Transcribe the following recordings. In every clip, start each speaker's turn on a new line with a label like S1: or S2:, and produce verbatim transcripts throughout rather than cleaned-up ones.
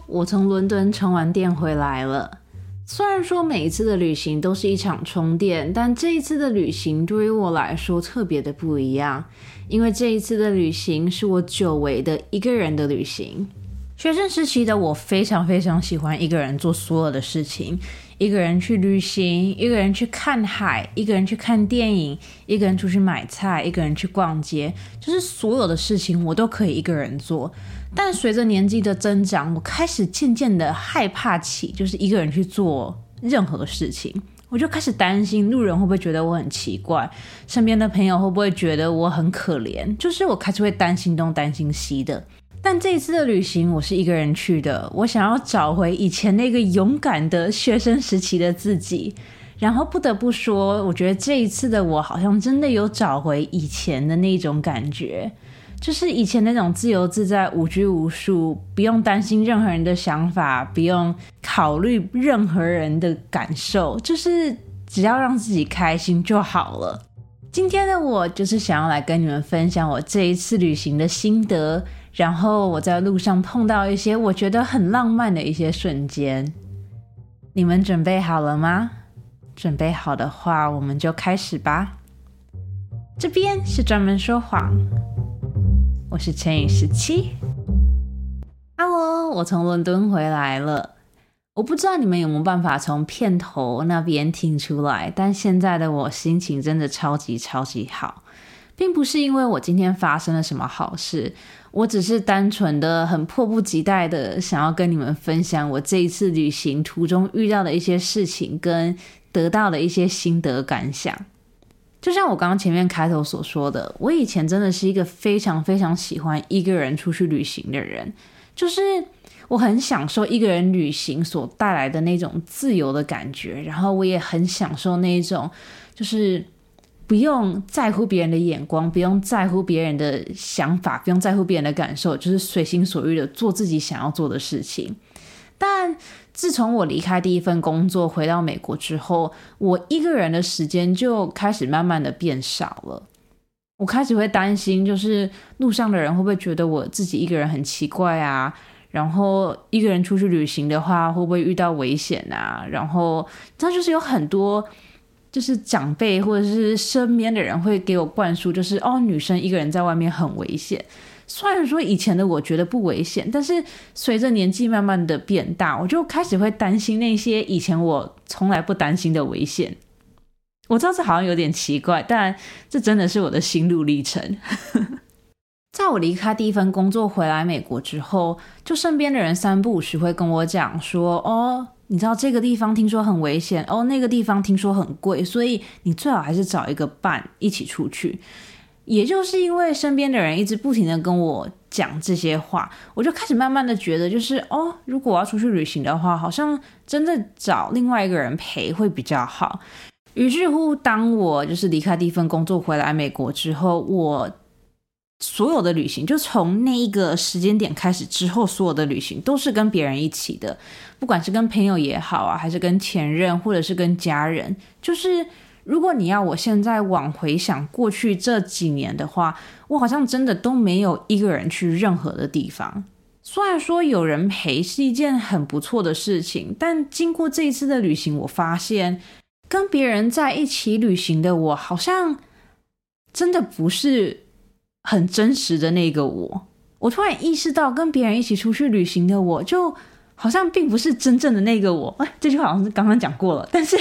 S1: 我从伦敦充完电回来了。虽然说每一次的旅行都是一场充电，但这一次的旅行对于我来说特别的不一样，因为这一次的旅行是我久违的一个人的旅行。学生时期的我非常非常喜欢一个人做所有的事情，一个人去旅行，一个人去看海，一个人去看电影，一个人出去买菜，一个人去逛街，就是所有的事情我都可以一个人做。但随着年纪的增长，我开始渐渐的害怕起就是一个人去做任何事情，我就开始担心路人会不会觉得我很奇怪，身边的朋友会不会觉得我很可怜，就是我开始会担心东担心西的。但这一次的旅行我是一个人去的，我想要找回以前那个勇敢的学生时期的自己。然后不得不说，我觉得这一次的我好像真的有找回以前的那种感觉，就是以前那种自由自在无拘无束，不用担心任何人的想法，不用考虑任何人的感受，就是只要让自己开心就好了。今天的我就是想要来跟你们分享我这一次旅行的心得，然后我在路上碰到一些我觉得很浪漫的一些瞬间。你们准备好了吗？准备好的话，我们就开始吧。这边是专门说谎，我是乘以十七。Hello， 我从伦敦回来了。我不知道你们有没有办法从片头那边听出来，但现在的我心情真的超级超级好，并不是因为我今天发生了什么好事，我只是单纯的很迫不及待的想要跟你们分享我这一次旅行途中遇到的一些事情跟得到的一些心得感想。就像我刚刚前面开头所说的，我以前真的是一个非常非常喜欢一个人出去旅行的人，就是我很享受一个人旅行所带来的那种自由的感觉，然后我也很享受那种就是不用在乎别人的眼光，不用在乎别人的想法，不用在乎别人的感受，就是随心所欲的做自己想要做的事情。但自从我离开第一份工作回到美国之后，我一个人的时间就开始慢慢的变少了。我开始会担心，就是路上的人会不会觉得我自己一个人很奇怪啊，然后一个人出去旅行的话会不会遇到危险啊，然后这就是有很多就是长辈或者是身边的人会给我灌输，就是哦，女生一个人在外面很危险。虽然说以前的我觉得不危险，但是随着年纪慢慢的变大，我就开始会担心那些以前我从来不担心的危险。我知道这好像有点奇怪，但这真的是我的心路历程。在我离开第一份工作回来美国之后，就身边的人三不五时会跟我讲说，哦，你知道这个地方听说很危险，哦，那个地方听说很贵，所以你最好还是找一个伴一起出去。也就是因为身边的人一直不停的跟我讲这些话，我就开始慢慢的觉得，就是哦，如果我要出去旅行的话，好像真的找另外一个人陪会比较好。于是乎，当我就是离开第一份工作回来美国之后，我所有的旅行就从那一个时间点开始之后，所有的旅行都是跟别人一起的，不管是跟朋友也好啊，还是跟前任或者是跟家人。就是如果你要我现在往回想过去这几年的话，我好像真的都没有一个人去任何的地方。虽然说有人陪是一件很不错的事情，但经过这一次的旅行，我发现跟别人在一起旅行的我好像真的不是很真实的那个我。我突然意识到跟别人一起出去旅行的我就好像并不是真正的那个我。哎，这句话好像是刚刚讲过了，但是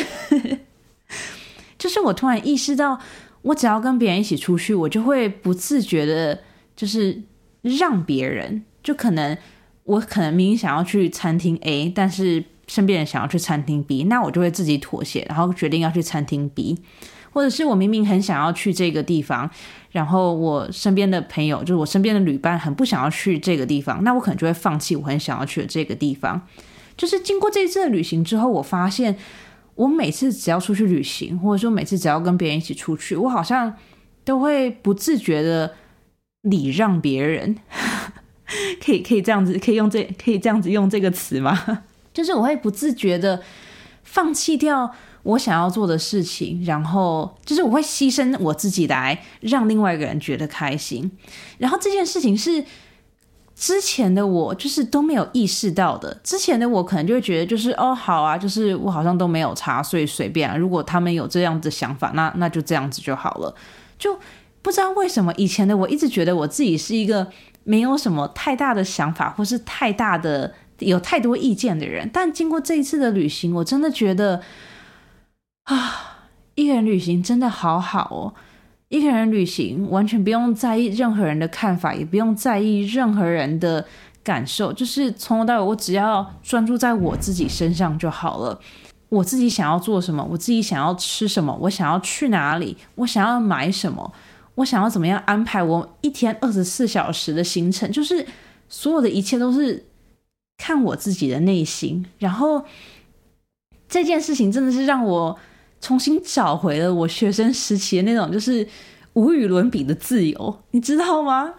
S1: 就是我突然意识到，我只要跟别人一起出去，我就会不自觉的就是让别人，就可能我可能明明想要去餐厅 A， 但是身边人想要去餐厅 B， 那我就会自己妥协，然后决定要去餐厅 B。 或者是我明明很想要去这个地方，然后我身边的朋友，就是我身边的旅伴很不想要去这个地方，那我可能就会放弃我很想要去的这个地方。就是经过这次的旅行之后，我发现我每次只要出去旅行，或者说每次只要跟别人一起出去，我好像都会不自觉的礼让别人可以可以这样子可以用这可以这样子用这个词吗？就是我会不自觉的放弃掉我想要做的事情，然后就是我会牺牲我自己来让另外一个人觉得开心。然后这件事情是之前的我就是都没有意识到的。之前的我可能就会觉得就是哦好啊，就是我好像都没有差，所以随便啊，如果他们有这样子的想法，那那就这样子就好了。就不知道为什么以前的我一直觉得我自己是一个没有什么太大的想法或是太大的有太多意见的人，但经过这一次的旅行，我真的觉得啊，一个人旅行真的好好哦。一个人旅行完全不用在意任何人的看法，也不用在意任何人的感受，就是从头到尾我只要专注在我自己身上就好了。我自己想要做什么，我自己想要吃什么，我想要去哪里，我想要买什么，我想要怎么样安排我一天二十四小时的行程，就是所有的一切都是看我自己的内心。然后这件事情真的是让我重新找回了我学生时期的那种就是无与伦比的自由，你知道吗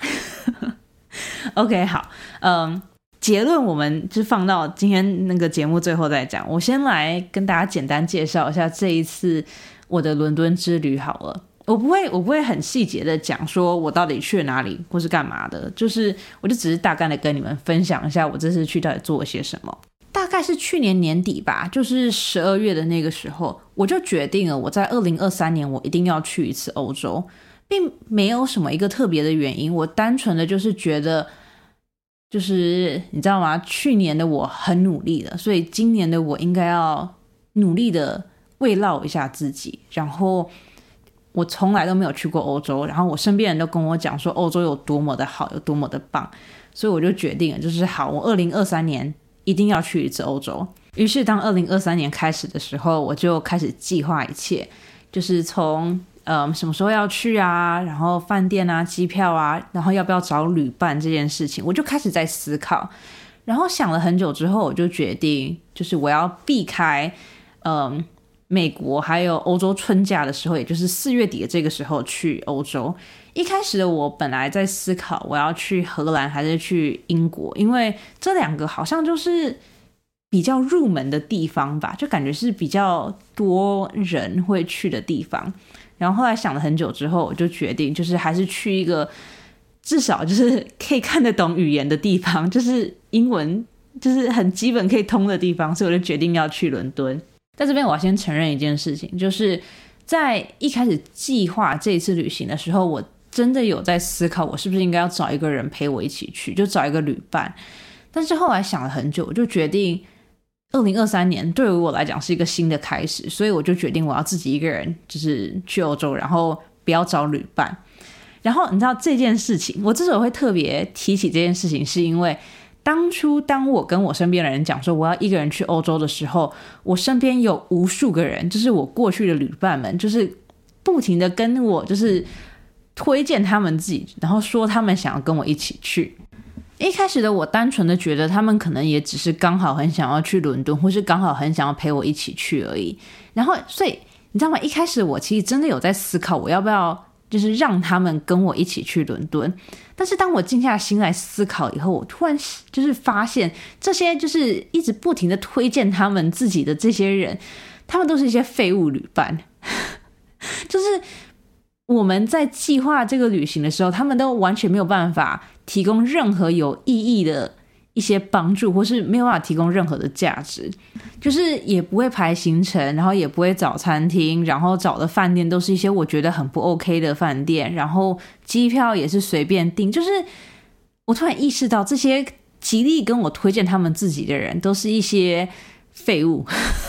S1: ？OK， 好，嗯，结论我们就放到今天那个节目最后再讲。我先来跟大家简单介绍一下这一次我的伦敦之旅好了。我不会，我不会很细节的讲说我到底去了哪里或是干嘛的，就是我就只是大概的跟你们分享一下我这次去到底做了些什么。大概是去年年底吧，就是十二月的那个时候，我就决定了我在二零二三年我一定要去一次欧洲，并没有什么一个特别的原因，我单纯的就是觉得就是你知道吗，去年的我很努力了，所以今年的我应该要努力的慰劳一下自己。然后我从来都没有去过欧洲，然后我身边人都跟我讲说欧洲有多么的好，有多么的棒，所以我就决定了，就是好，我二零二三年一定要去一次欧洲。于是当二零二三年开始的时候，我就开始计划一切，就是从呃什么时候要去啊，然后饭店啊，机票啊，然后要不要找旅伴这件事情，我就开始在思考。然后想了很久之后，我就决定就是我要避开嗯美国还有欧洲春假的时候，也就是四月底的这个时候去欧洲。一开始的我本来在思考我要去荷兰还是去英国，因为这两个好像就是比较入门的地方吧，就感觉是比较多人会去的地方。然后后来想了很久之后，我就决定就是还是去一个至少就是可以看得懂语言的地方，就是英文就是很基本可以通的地方，所以我就决定要去伦敦。在这边我要先承认一件事情，就是在一开始计划这一次旅行的时候，我真的有在思考我是不是应该要找一个人陪我一起去，就找一个旅伴。但是后来想了很久，我就决定二零二三年对于我来讲是一个新的开始，所以我就决定我要自己一个人就是去欧洲，然后不要找旅伴。然后你知道这件事情，我之所以会特别提起这件事情，是因为当初当我跟我身边的人讲说我要一个人去欧洲的时候，我身边有无数个人，就是我过去的旅伴们，就是不停的跟我就是推荐他们自己，然后说他们想要跟我一起去。一开始的我单纯的觉得他们可能也只是刚好很想要去伦敦，或是刚好很想要陪我一起去而已。然后所以你知道吗，一开始我其实真的有在思考我要不要就是让他们跟我一起去伦敦。但是当我静下心来思考以后，我突然就是发现这些就是一直不停的推荐他们自己的这些人，他们都是一些废物旅伴就是我们在计划这个旅行的时候，他们都完全没有办法提供任何有意义的一些帮助，或是没有办法提供任何的价值，就是也不会排行程，然后也不会找餐厅，然后找的饭店都是一些我觉得很不 OK 的饭店，然后机票也是随便订。就是我突然意识到这些极力跟我推荐他们自己的人都是一些废物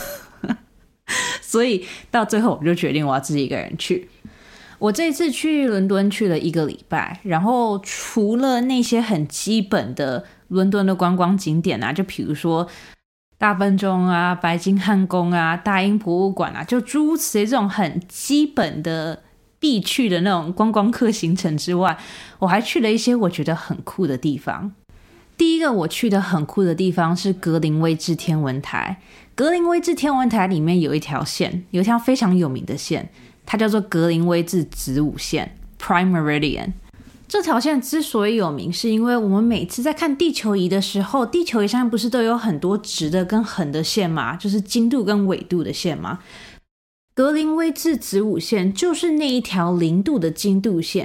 S1: 所以到最后我就决定我要自己一个人去。我这次去伦敦去了一个礼拜，然后除了那些很基本的伦敦的观光景点啊，就比如说大笨钟啊、白金汉宫啊、大英博物馆啊，就诸如此类这种很基本的必去的那种观光客行程之外，我还去了一些我觉得很酷的地方。第一个我去的很酷的地方是格林威治天文台。格林威治天文台里面有一条线，有一条非常有名的线，它叫做格林威治子午线 Prime Meridian。 这条线之所以有名，是因为我们每次在看地球仪的时候，地球仪上面不是都有很多直的跟横的线吗？就是经度跟纬度的线吗？格林威治子午线就是那一条零度的经度线，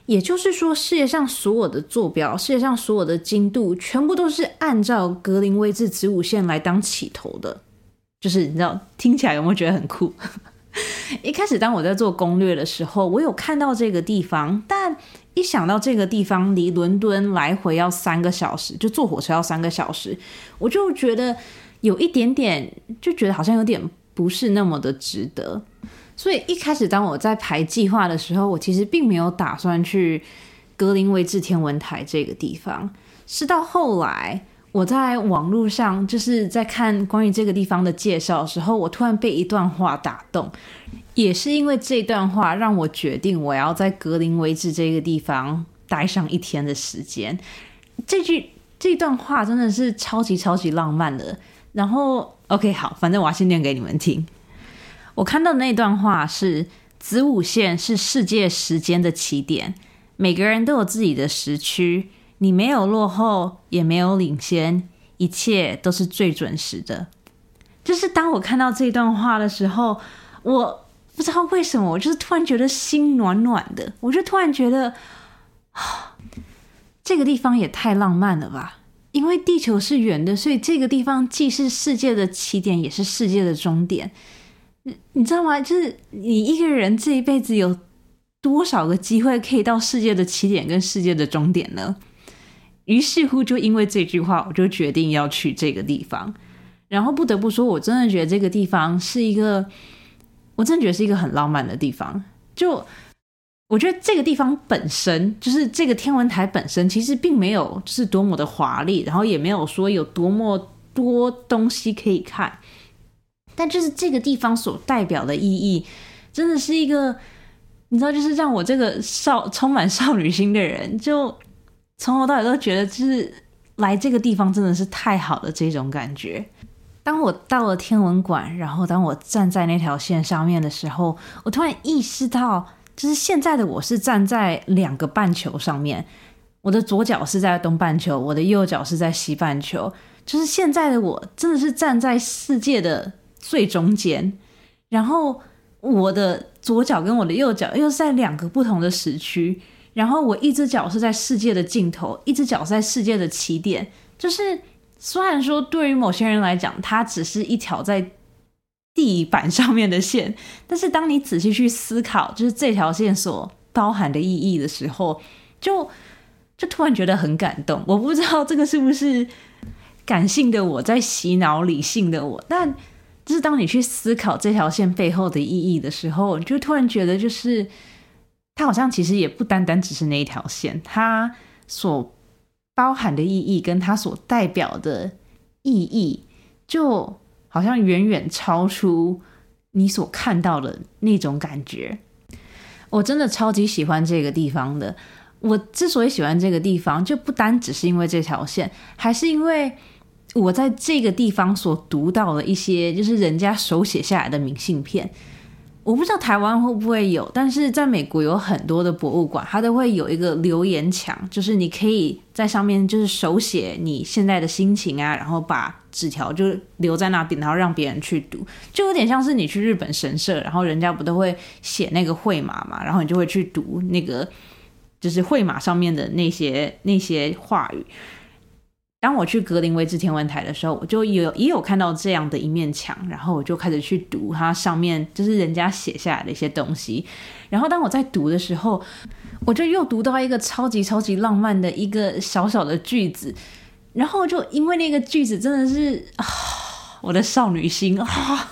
S1: 也就是说，世界上所有的坐标，世界上所有的经度，全部都是按照格林威治子午线来当起头的。就是你知道，听起来有没有觉得很酷？一开始当我在做攻略的时候，我有看到这个地方，但一想到这个地方离伦敦来回要三个小时，就坐火车要三个小时，我就觉得有一点点，就觉得好像有点不是那么的值得。所以一开始当我在排计划的时候，我其实并没有打算去格林威治天文台这个地方，是到后来我在网络上就是在看关于这个地方的介绍的时候，我突然被一段话打动，也是因为这段话让我决定我要在格林威治这个地方待上一天的时间。这句这段话真的是超级超级浪漫的。然后 OK 好，反正我要先念给你们听。我看到的那段话是：子午线是世界时间的起点，每个人都有自己的时区，你没有落后也没有领先，一切都是最准时的。就是当我看到这段话的时候，我不知道为什么，我就是突然觉得心暖暖的，我就突然觉得、啊、这个地方也太浪漫了吧。因为地球是圆的，所以这个地方既是世界的起点，也是世界的终点。你知道吗？就是你一个人这一辈子有多少个机会可以到世界的起点跟世界的终点呢？于是乎就因为这句话，我就决定要去这个地方。然后不得不说，我真的觉得这个地方是一个，我真的觉得是一个很浪漫的地方。就我觉得这个地方本身，就是这个天文台本身，其实并没有就是多么的华丽，然后也没有说有多么多东西可以看。但就是这个地方所代表的意义，真的是一个，你知道，就是让我这个少充满少女心的人，就从头到尾都觉得，就是来这个地方真的是太好了这种感觉。当我到了天文馆，然后当我站在那条线上面的时候，我突然意识到，就是现在的我是站在两个半球上面，我的左脚是在东半球，我的右脚是在西半球，就是现在的我真的是站在世界的最中间，然后我的左脚跟我的右脚又是在两个不同的时区，然后我一只脚是在世界的尽头，一只脚是在世界的起点。就是虽然说对于某些人来讲它只是一条在地板上面的线，但是当你仔细去思考就是这条线所包含的意义的时候，就就突然觉得很感动。我不知道这个是不是感性的我在洗脑理性的我，但就是当你去思考这条线背后的意义的时候，你就突然觉得就是它好像其实也不单单只是那一条线，它所包含的意义跟它所代表的意义就好像远远超出你所看到的那种感觉。我真的超级喜欢这个地方的。我之所以喜欢这个地方，就不单只是因为这条线，还是因为我在这个地方所读到的一些就是人家手写下来的明信片。我不知道台湾会不会有，但是在美国有很多的博物馆它都会有一个留言墙，就是你可以在上面就是手写你现在的心情啊，然后把纸条就留在那边，然后让别人去读，就有点像是你去日本神社，然后人家不都会写那个绘马嘛，然后你就会去读那个就是绘马上面的那些那些话语。当我去格林威治天文台的时候，我就有也有看到这样的一面墙，然后我就开始去读它上面就是人家写下来的一些东西。然后当我在读的时候，我就又读到一个超级超级浪漫的一个小小的句子，然后就因为那个句子真的是、啊、我的少女心啊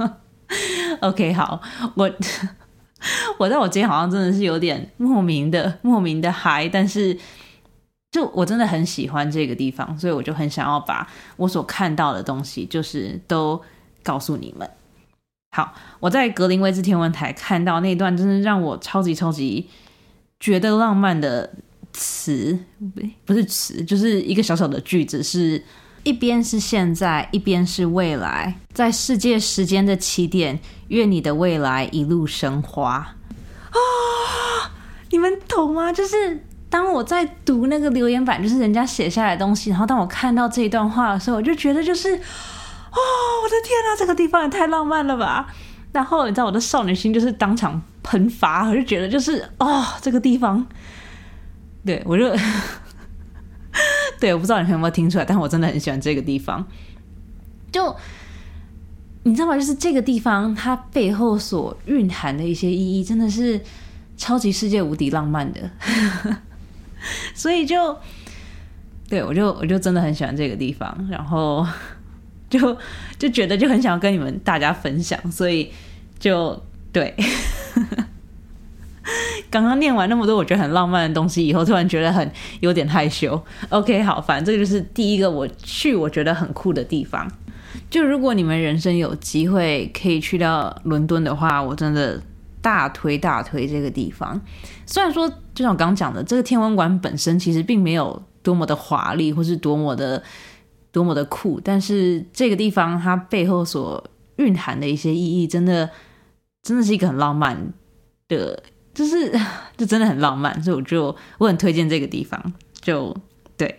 S1: OK 好，我我在我今天好像真的是有点莫名的莫名的嗨，但是就我真的很喜欢这个地方，所以我就很想要把我所看到的东西就是都告诉你们。好，我在格林威治天文台看到那段真的让我超级超级觉得浪漫的词，不是词，就是一个小小的句子，是一边是现在，一边是未来，在世界时间的起点，愿你的未来一路生花啊！你们懂吗？就是当我在读那个留言板，就是人家写下来的东西，然后当我看到这一段话的时候，我就觉得就是哦，我的天啊，这个地方也太浪漫了吧。然后你知道我的少女心就是当场喷发，我就觉得就是哦，这个地方对，我就对，我不知道你们有没有听出来，但我真的很喜欢这个地方。就你知道吗？就是这个地方它背后所蕴含的一些意义，真的是超级世界无敌浪漫的。所以就对我就我就真的很喜欢这个地方，然后就就觉得就很想要跟你们大家分享，所以就对。刚刚念完那么多我觉得很浪漫的东西以后，突然觉得很有点害羞。 OK 好，反正这个就是第一个我去我觉得很酷的地方。就如果你们人生有机会可以去到伦敦的话，我真的大推大推这个地方。虽然说就像我刚刚讲的，这个天文馆本身其实并没有多么的华丽或是多么的多么的酷，但是这个地方它背后所蕴含的一些意义真的真的是一个很浪漫的，就是就真的很浪漫，所以我就我很推荐这个地方。就对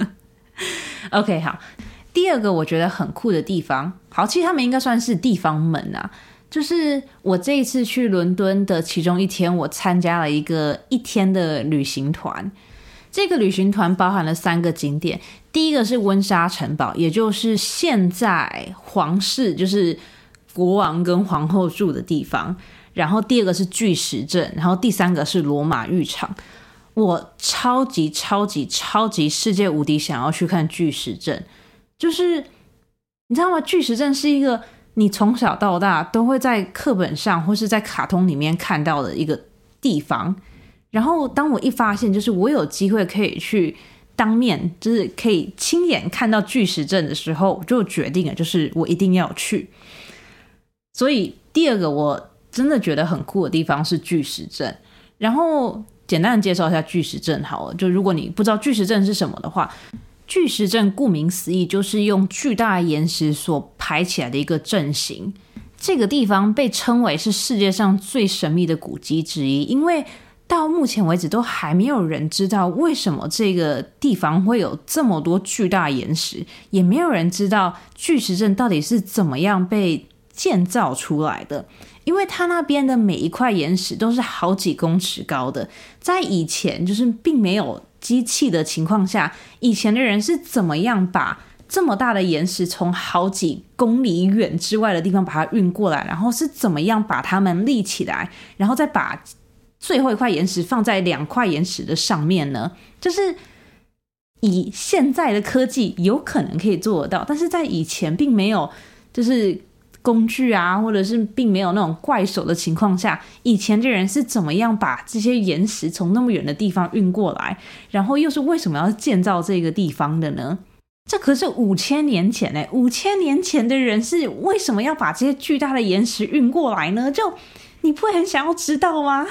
S1: OK 好，第二个我觉得很酷的地方，好，其实他们应该算是地方门啊。就是我这一次去伦敦的其中一天，我参加了一个一天的旅行团。这个旅行团包含了三个景点，第一个是温莎城堡，也就是现在皇室就是国王跟皇后住的地方，然后第二个是巨石阵，然后第三个是罗马浴场。我超级超级超级世界无敌想要去看巨石阵，就是你知道吗？巨石阵是一个你从小到大都会在课本上或是在卡通里面看到的一个地方，然后当我一发现就是我有机会可以去当面就是可以亲眼看到巨石阵的时候，我就决定了就是我一定要去。所以第二个我真的觉得很酷的地方是巨石阵。然后简单的介绍一下巨石阵好了，就如果你不知道巨石阵是什么的话，巨石阵顾名思义就是用巨大的岩石所排起来的一个阵型。这个地方被称为是世界上最神秘的古迹之一，因为到目前为止都还没有人知道为什么这个地方会有这么多巨大岩石，也没有人知道巨石阵到底是怎么样被建造出来的。因为它那边的每一块岩石都是好几公尺高的，在以前就是并没有机器的情况下，以前的人是怎么样把这么大的岩石从好几公里远之外的地方把它运过来，然后是怎么样把它们立起来，然后再把最后一块岩石放在两块岩石的上面呢？就是以现在的科技有可能可以做得到，但是在以前并没有就是工具啊，或者是并没有那种怪手的情况下，以前的人是怎么样把这些岩石从那么远的地方运过来，然后又是为什么要建造这个地方的呢？这可是五千年前耶，五千年前的人是为什么要把这些巨大的岩石运过来呢？就你不会很想要知道吗？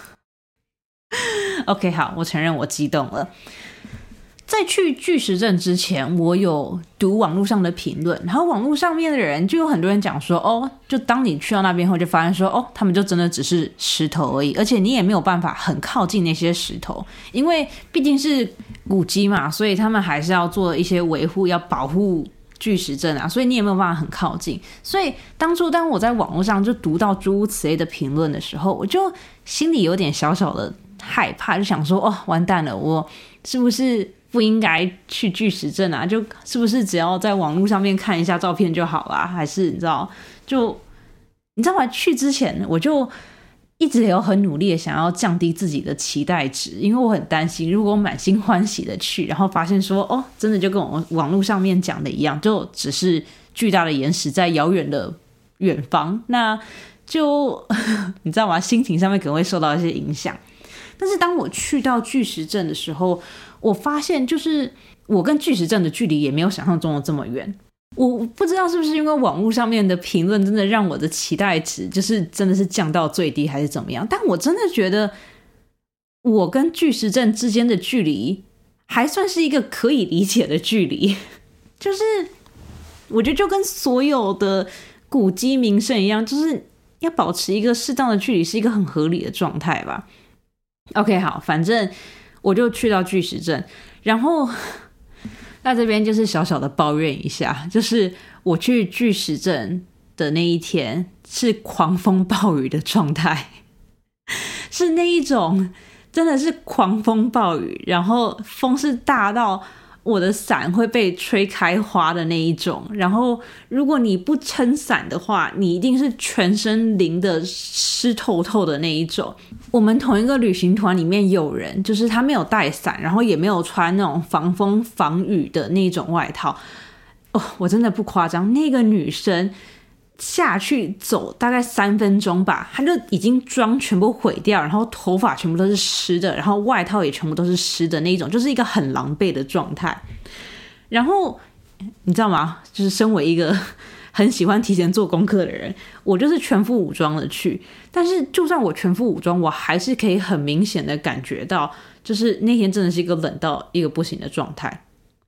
S1: OK 好，我承认我激动了。在去巨石阵之前，我有读网络上的评论，然后网络上面的人就有很多人讲说，哦，就当你去到那边后就发现说，哦，他们就真的只是石头而已，而且你也没有办法很靠近那些石头，因为毕竟是古迹嘛，所以他们还是要做一些维护，要保护巨石阵啊，所以你也没有办法很靠近。所以当初当我在网络上就读到诸如此类的评论的时候，我就心里有点小小的害怕，就想说，哦，完蛋了，我是不是不应该去巨石阵啊？就是不是只要在网络上面看一下照片就好啦？还是你知道，就你知道吗？去之前我就一直有很努力的想要降低自己的期待值，因为我很担心，如果我满心欢喜的去，然后发现说，哦，真的就跟我网络上面讲的一样，就只是巨大的岩石在遥远的远方，那就你知道吗？心情上面可能会受到一些影响。但是当我去到巨石阵的时候，我发现就是我跟巨石阵的距离也没有想象中的这么远。我不知道是不是因为网络上面的评论真的让我的期待值就是真的是降到最低还是怎么样，但我真的觉得我跟巨石阵之间的距离还算是一个可以理解的距离。就是我觉得就跟所有的古迹名胜一样，就是要保持一个适当的距离是一个很合理的状态吧。OK 好，反正我就去到巨石阵，然后那这边就是小小的抱怨一下，就是我去巨石阵的那一天是狂风暴雨的状态，是那一种真的是狂风暴雨，然后风是大到我的伞会被吹开花的那一种，然后如果你不撑伞的话，你一定是全身淋得湿透透的那一种。我们同一个旅行团里面有人就是他没有带伞，然后也没有穿那种防风防雨的那种外套哦，我真的不夸张，那个女生下去走大概三分钟吧，她就已经妆全部毁掉，然后头发全部都是湿的，然后外套也全部都是湿的那一种，就是一个很狼狈的状态。然后你知道吗，就是身为一个很喜欢提前做功课的人，我就是全副武装的去，但是就算我全副武装，我还是可以很明显的感觉到，就是那天真的是一个冷到一个不行的状态。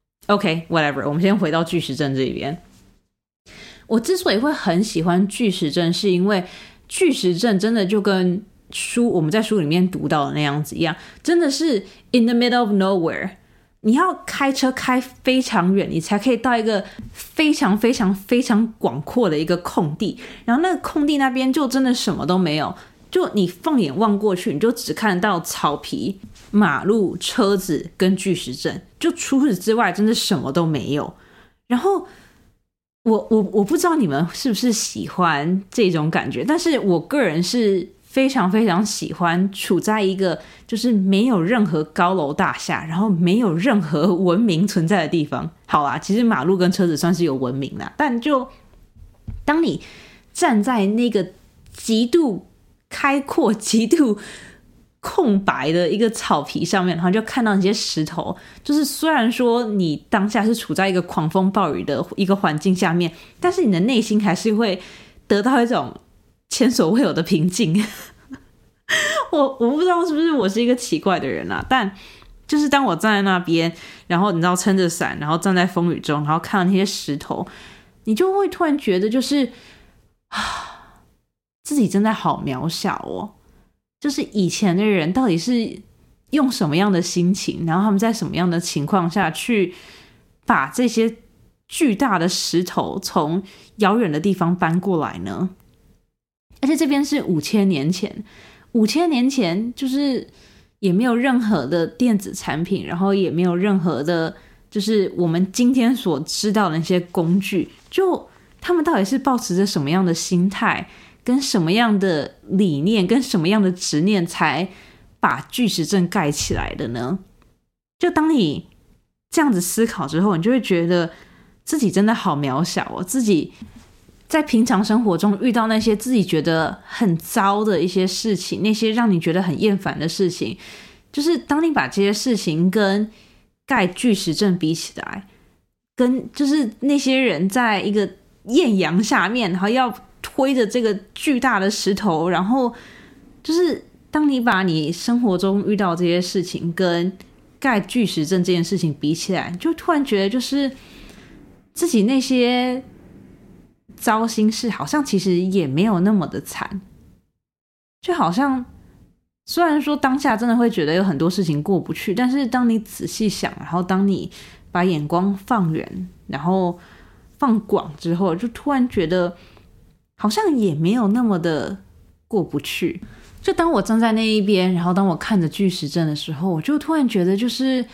S1: OK whatever， 我们先回到巨石阵这边。我之所以会很喜欢巨石阵，是因为巨石阵真的就跟书我们在书里面读到的那样子一样，真的是 in the middle of nowhere， 你要开车开非常远，你才可以到一个非常非常非常广阔的一个空地，然后那个空地那边就真的什么都没有，就你放眼望过去，你就只看到草皮、马路、车子跟巨石阵，就除此之外真的什么都没有。然后我我我不知道你们是不是喜欢这种感觉，但是我个人是非常非常喜欢处在一个就是没有任何高楼大厦，然后没有任何文明存在的地方。好啦，其实马路跟车子算是有文明啦，但就当你站在那个极度开阔、极度空白的一个草皮上面，然后就看到那些石头，就是虽然说你当下是处在一个狂风暴雨的一个环境下面，但是你的内心还是会得到一种前所未有的平静。我我不知道是不是我是一个奇怪的人啊，但就是当我站在那边，然后你知道撑着伞，然后站在风雨中，然后看到那些石头，你就会突然觉得就是啊，自己真的好渺小哦。就是以前的人到底是用什么样的心情，然后他们在什么样的情况下去把这些巨大的石头从遥远的地方搬过来呢？而且这边是五千年前，五千年前就是也没有任何的电子产品，然后也没有任何的就是我们今天所知道的那些工具，就他们到底是抱持着什么样的心态跟什么样的理念跟什么样的执念才把巨石阵盖起来的呢？就当你这样子思考之后，你就会觉得自己真的好渺小哦，自己在平常生活中遇到那些自己觉得很糟的一些事情，那些让你觉得很厌烦的事情，就是当你把这些事情跟盖巨石阵比起来，跟就是那些人在一个艳阳下面，然后要推着这个巨大的石头，然后就是当你把你生活中遇到这些事情跟盖巨石阵这件事情比起来，就突然觉得就是自己那些糟心事好像其实也没有那么的惨，就好像虽然说当下真的会觉得有很多事情过不去，但是当你仔细想，然后当你把眼光放远然后放广之后，就突然觉得好像也没有那么的过不去。就当我站在那一边，然后当我看着巨石阵的时候，我就突然觉得就是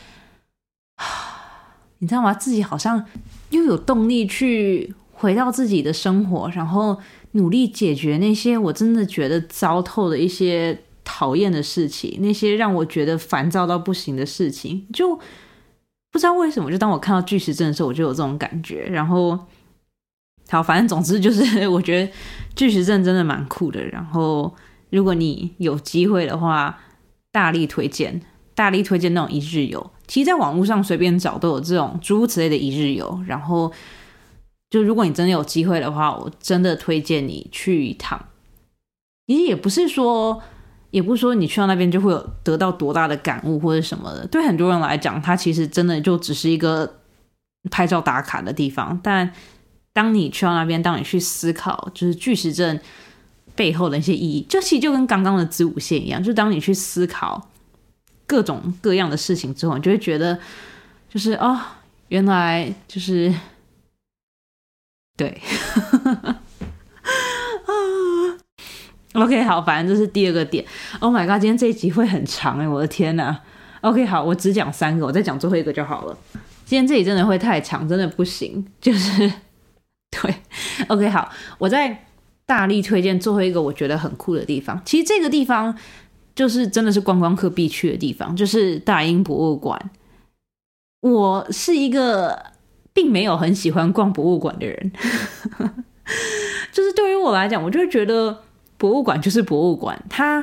S1: 你知道吗，自己好像又有动力去回到自己的生活，然后努力解决那些我真的觉得糟透的一些讨厌的事情，那些让我觉得烦躁到不行的事情，就不知道为什么，就当我看到巨石阵的时候，我就有这种感觉。然后好，反正总之就是我觉得巨石阵真的蛮酷的，然后如果你有机会的话，大力推荐大力推荐那种一日游。其实在网络上随便找都有这种诸如此类的一日游，然后就如果你真的有机会的话，我真的推荐你去一趟。其实也不是说也不是说你去到那边就会有得到多大的感悟或者什么的，对很多人来讲它其实真的就只是一个拍照打卡的地方，但当你去到那边，当你去思考就是巨石阵背后的一些意义，就其实就跟刚刚的子午线一样，就当你去思考各种各样的事情之后，你就会觉得就是哦，原来就是对 OK， 好，反正这是第二个点。Oh my god， 今天这一集会很长哎，我的天哪。OK， 好，我只讲三个，我再讲最后一个就好了。今天这里真的会太长，真的不行，就是对。OK， 好，我再大力推荐最后一个我觉得很酷的地方。其实这个地方就是真的是观光客必去的地方，就是大英博物馆。我是一个并没有很喜欢逛博物馆的人，就是对于我来讲，我就会觉得博物馆就是博物馆，它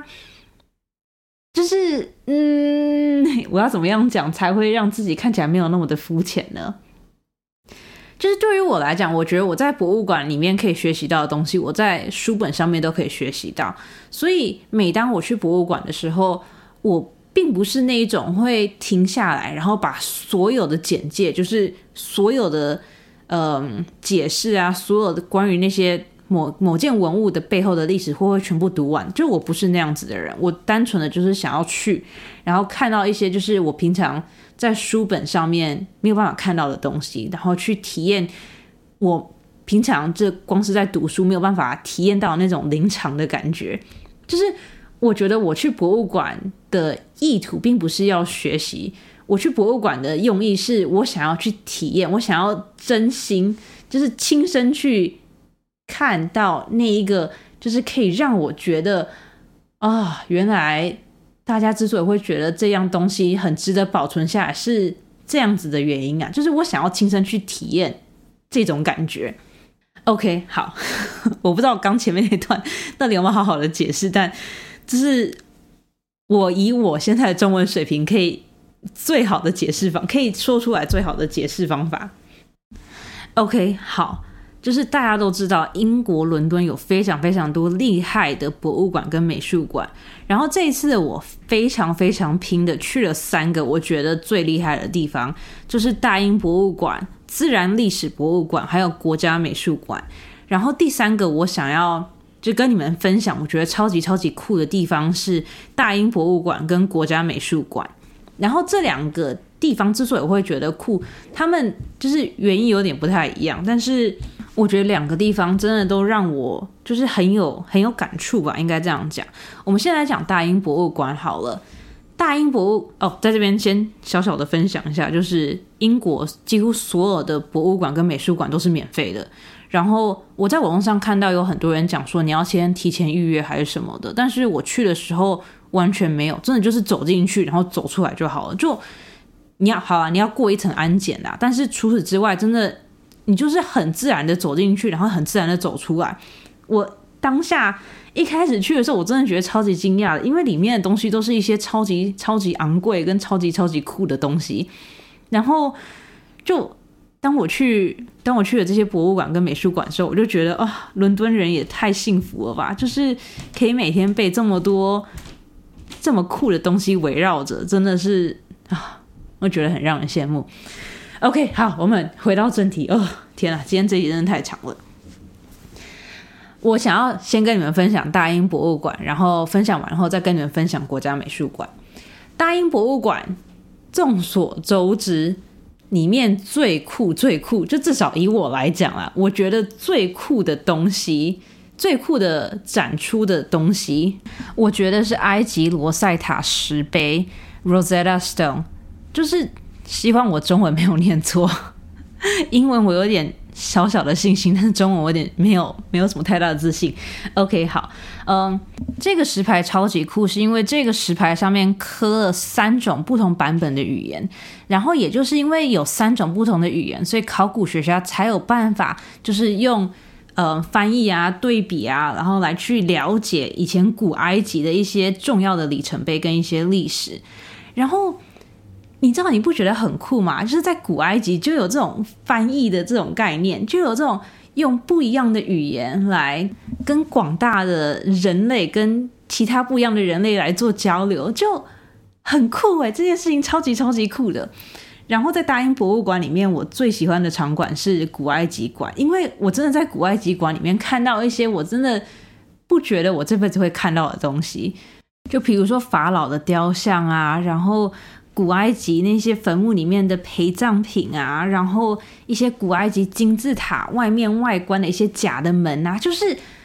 S1: 就是嗯，我要怎么样讲才会让自己看起来没有那么的肤浅呢？就是对于我来讲，我觉得我在博物馆里面可以学习到的东西，我在书本上面都可以学习到。所以每当我去博物馆的时候，我并不是那一种会停下来，然后把所有的简介，就是所有的呃解释啊，所有的关于那些某某件文物的背后的历史，会会全部读完。就我不是那样子的人，我单纯的就是想要去，然后看到一些就是我平常在书本上面没有办法看到的东西，然后去体验我平常这光是在读书没有办法体验到那种临场的感觉。就是我觉得我去博物馆的意图并不是要学习，我去博物馆的用意是我想要去体验，我想要真心就是亲身去看到那一个就是可以让我觉得啊，原来大家之所以会觉得这样东西很值得保存下来是这样子的原因啊，就是我想要亲身去体验这种感觉。 OK， 好我不知道刚前面那段到底有没有好好的解释，但就是我以我现在的中文水平可以最好的解释方可以说出来最好的解释方法。 OK， 好，就是大家都知道英国伦敦有非常非常多厉害的博物馆跟美术馆，然后这一次的我非常非常拼的去了三个我觉得最厉害的地方，就是大英博物馆、自然历史博物馆还有国家美术馆。然后第三个我想要就跟你们分享我觉得超级超级酷的地方是大英博物馆跟国家美术馆。然后这两个地方之所以我会觉得酷，他们就是原因有点不太一样，但是我觉得两个地方真的都让我就是很有很有感触吧，应该这样讲。我们先来讲大英博物馆好了。大英博物哦，在这边先小小的分享一下，就是英国几乎所有的博物馆跟美术馆都是免费的。然后我在网络上看到有很多人讲说你要先提前预约还是什么的，但是我去的时候完全没有，真的就是走进去然后走出来就好了。就你要好啊，你要过一层安检啦，但是除此之外，真的你就是很自然的走进去，然后很自然的走出来。我当下一开始去的时候，我真的觉得超级惊讶的，因为里面的东西都是一些超级超级昂贵跟超级超级酷的东西。然后就当我去当我去了这些博物馆跟美术馆的时候，我就觉得啊，伦敦人也太幸福了吧，就是可以每天被这么多这么酷的东西围绕着，真的是啊，我觉得很让人羡慕。 OK， 好，我们回到正题。哦，天啊，今天这集真的太长了。我想要先跟你们分享大英博物馆，然后分享完后再跟你们分享国家美术馆。大英博物馆众所周知，里面最酷最酷，就至少以我来讲啦，我觉得最酷的东西，最酷的展出的东西，我觉得是埃及罗塞塔石碑 Rosetta Stone。 就是希望我中文没有念错，英文我有点小小的信心，但是中文我有点没有没有什么太大的自信。 OK， 好，嗯，这个石牌超级酷，是因为这个石牌上面刻了三种不同版本的语言，然后也就是因为有三种不同的语言，所以考古学家才有办法就是用呃翻译啊、对比啊，然后来去了解以前古埃及的一些重要的里程碑跟一些历史。然后你知道你不觉得很酷吗？就是在古埃及就有这种翻译的这种概念，就有这种用不一样的语言来跟广大的人类跟其他不一样的人类来做交流，就很酷耶，这件事情超级超级酷的。然后在大英博物馆里面，我最喜欢的场馆是古埃及馆，因为我真的在古埃及馆里面看到一些我真的不觉得我这辈子会看到的东西，就比如说法老的雕像啊，然后古埃及那些坟墓里面的陪葬品啊，然后一些古埃及金字塔外面外观的一些假的门啊，就是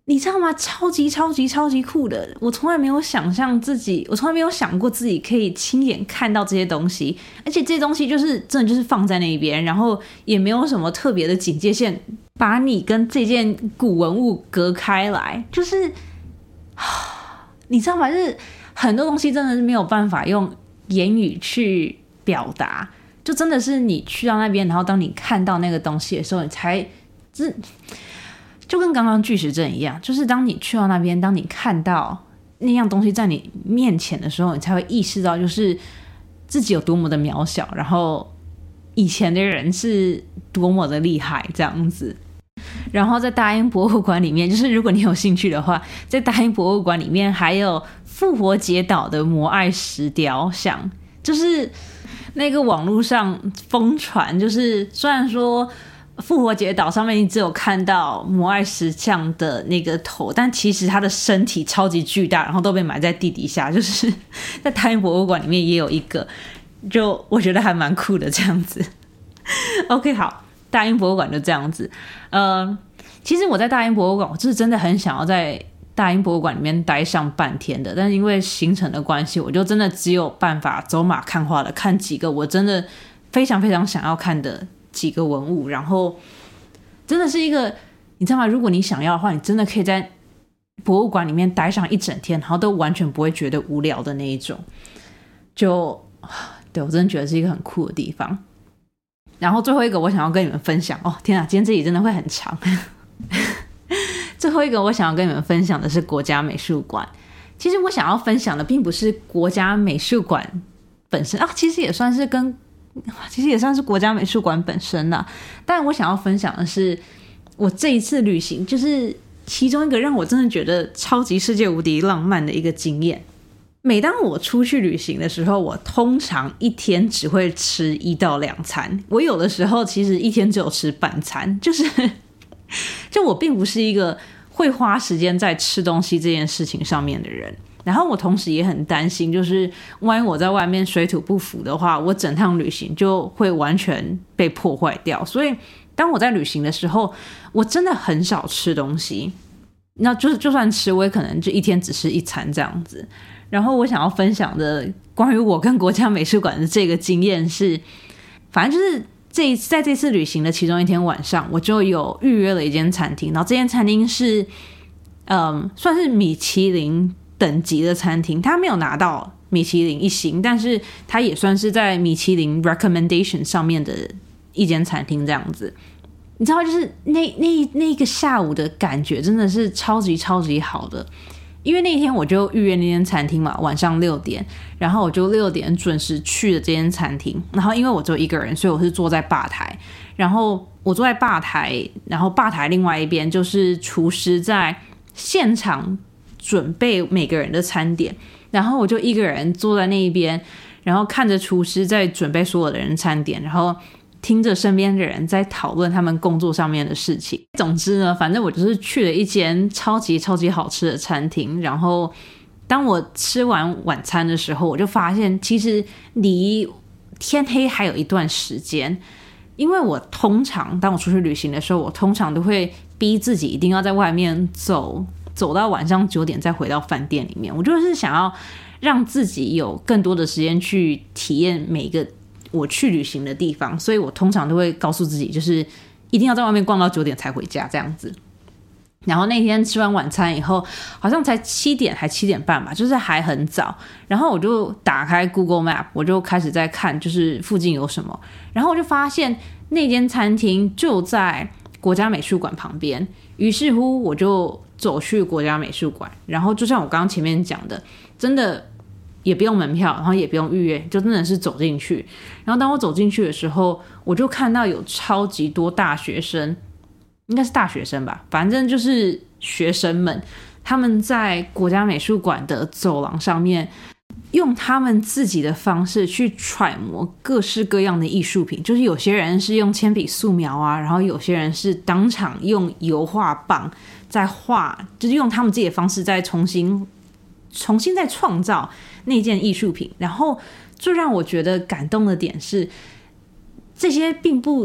S1: 你知道吗？超级超级超级酷的！我从来没有想象自己，我从来没有想过自己可以亲眼看到这些东西，而且这些东西就是真的就是放在那边，然后也没有什么特别的警戒线把你跟这件古文物隔开来，就是你知道吗？就是很多东西真的是没有办法用言语去表达，就真的是你去到那边，然后当你看到那个东西的时候，你才是。就跟刚刚巨石阵一样，就是当你去到那边，当你看到那样东西在你面前的时候，你才会意识到就是自己有多么的渺小，然后以前的人是多么的厉害这样子。然后在大英博物馆里面，就是如果你有兴趣的话，在大英博物馆里面还有复活节岛的摩艾石雕像，就是那个网络上疯传，就是虽然说复活节岛上面你只有看到摩艾石像的那个头，但其实他的身体超级巨大，然后都被埋在地底下，就是在大英博物馆里面也有一个，就我觉得还蛮酷的这样子。OK， 好，大英博物馆就这样子。呃，其实我在大英博物馆，我是真的很想要在大英博物馆里面待上半天的，但是因为行程的关系，我就真的只有办法走马看花的看几个我真的非常非常想要看的几个文物，然后真的是一个，你知道吗？如果你想要的话，你真的可以在博物馆里面待上一整天，然后都完全不会觉得无聊的那一种。就对，我真的觉得是一个很酷的地方。然后最后一个我想要跟你们分享，哦天啊，今天这集真的会很长。最后一个我想要跟你们分享的是国家美术馆。其实我想要分享的并不是国家美术馆本身啊，其实也算是跟其实也算是国家美术馆本身啦，但我想要分享的是我这一次旅行就是其中一个让我真的觉得超级世界无敌浪漫的一个经验。每当我出去旅行的时候，我通常一天只会吃一到两餐，我有的时候其实一天只有吃半餐，就是就我并不是一个会花时间在吃东西这件事情上面的人。然后我同时也很担心，就是万一我在外面水土不服的话，我整趟旅行就会完全被破坏掉。所以当我在旅行的时候，我真的很少吃东西，那就是就算吃，我也可能就一天只吃一餐这样子。然后我想要分享的关于我跟国家美术馆的这个经验是，反正就是这在这次旅行的其中一天晚上，我就有预约了一间餐厅，然后这间餐厅是嗯，算是米其林等级的餐厅，它没有拿到米其林一星，但是它也算是在米其林 recommendation 上面的一间餐厅这样子。你知道，就是那那那个下午的感觉真的是超级超级好的。因为那天我就预约那间餐厅嘛，晚上六点，然后我就六点准时去了这间餐厅。然后因为我只有一个人，所以我是坐在吧台，然后我坐在吧台，然后吧台另外一边就是厨师在现场准备每个人的餐点，然后我就一个人坐在那一边，然后看着厨师在准备所有的人餐点，然后听着身边的人在讨论他们工作上面的事情。总之呢，反正我就是去了一间超级超级好吃的餐厅，然后当我吃完晚餐的时候，我就发现其实离天黑还有一段时间。因为我通常当我出去旅行的时候，我通常都会逼自己一定要在外面走走到晚上九点再回到饭店里面。我就是想要让自己有更多的时间去体验每一个我去旅行的地方，所以我通常都会告诉自己，就是一定要在外面逛到九点才回家这样子。然后那天吃完晚餐以后，好像才七点还七点半吧，就是还很早。然后我就打开 Google Map， 我就开始在看，就是附近有什么。然后我就发现那间餐厅就在国家美术馆旁边，于是乎我就走去国家美术馆。然后就像我刚刚前面讲的，真的也不用门票，然后也不用预约，就真的是走进去。然后当我走进去的时候，我就看到有超级多大学生，应该是大学生吧，反正就是学生们，他们在国家美术馆的走廊上面用他们自己的方式去揣摩各式各样的艺术品。就是有些人是用铅笔素描啊，然后有些人是当场用油画棒在画，就是用他们自己的方式再重新重新再创造那件艺术品。然后最让我觉得感动的点是，这些并不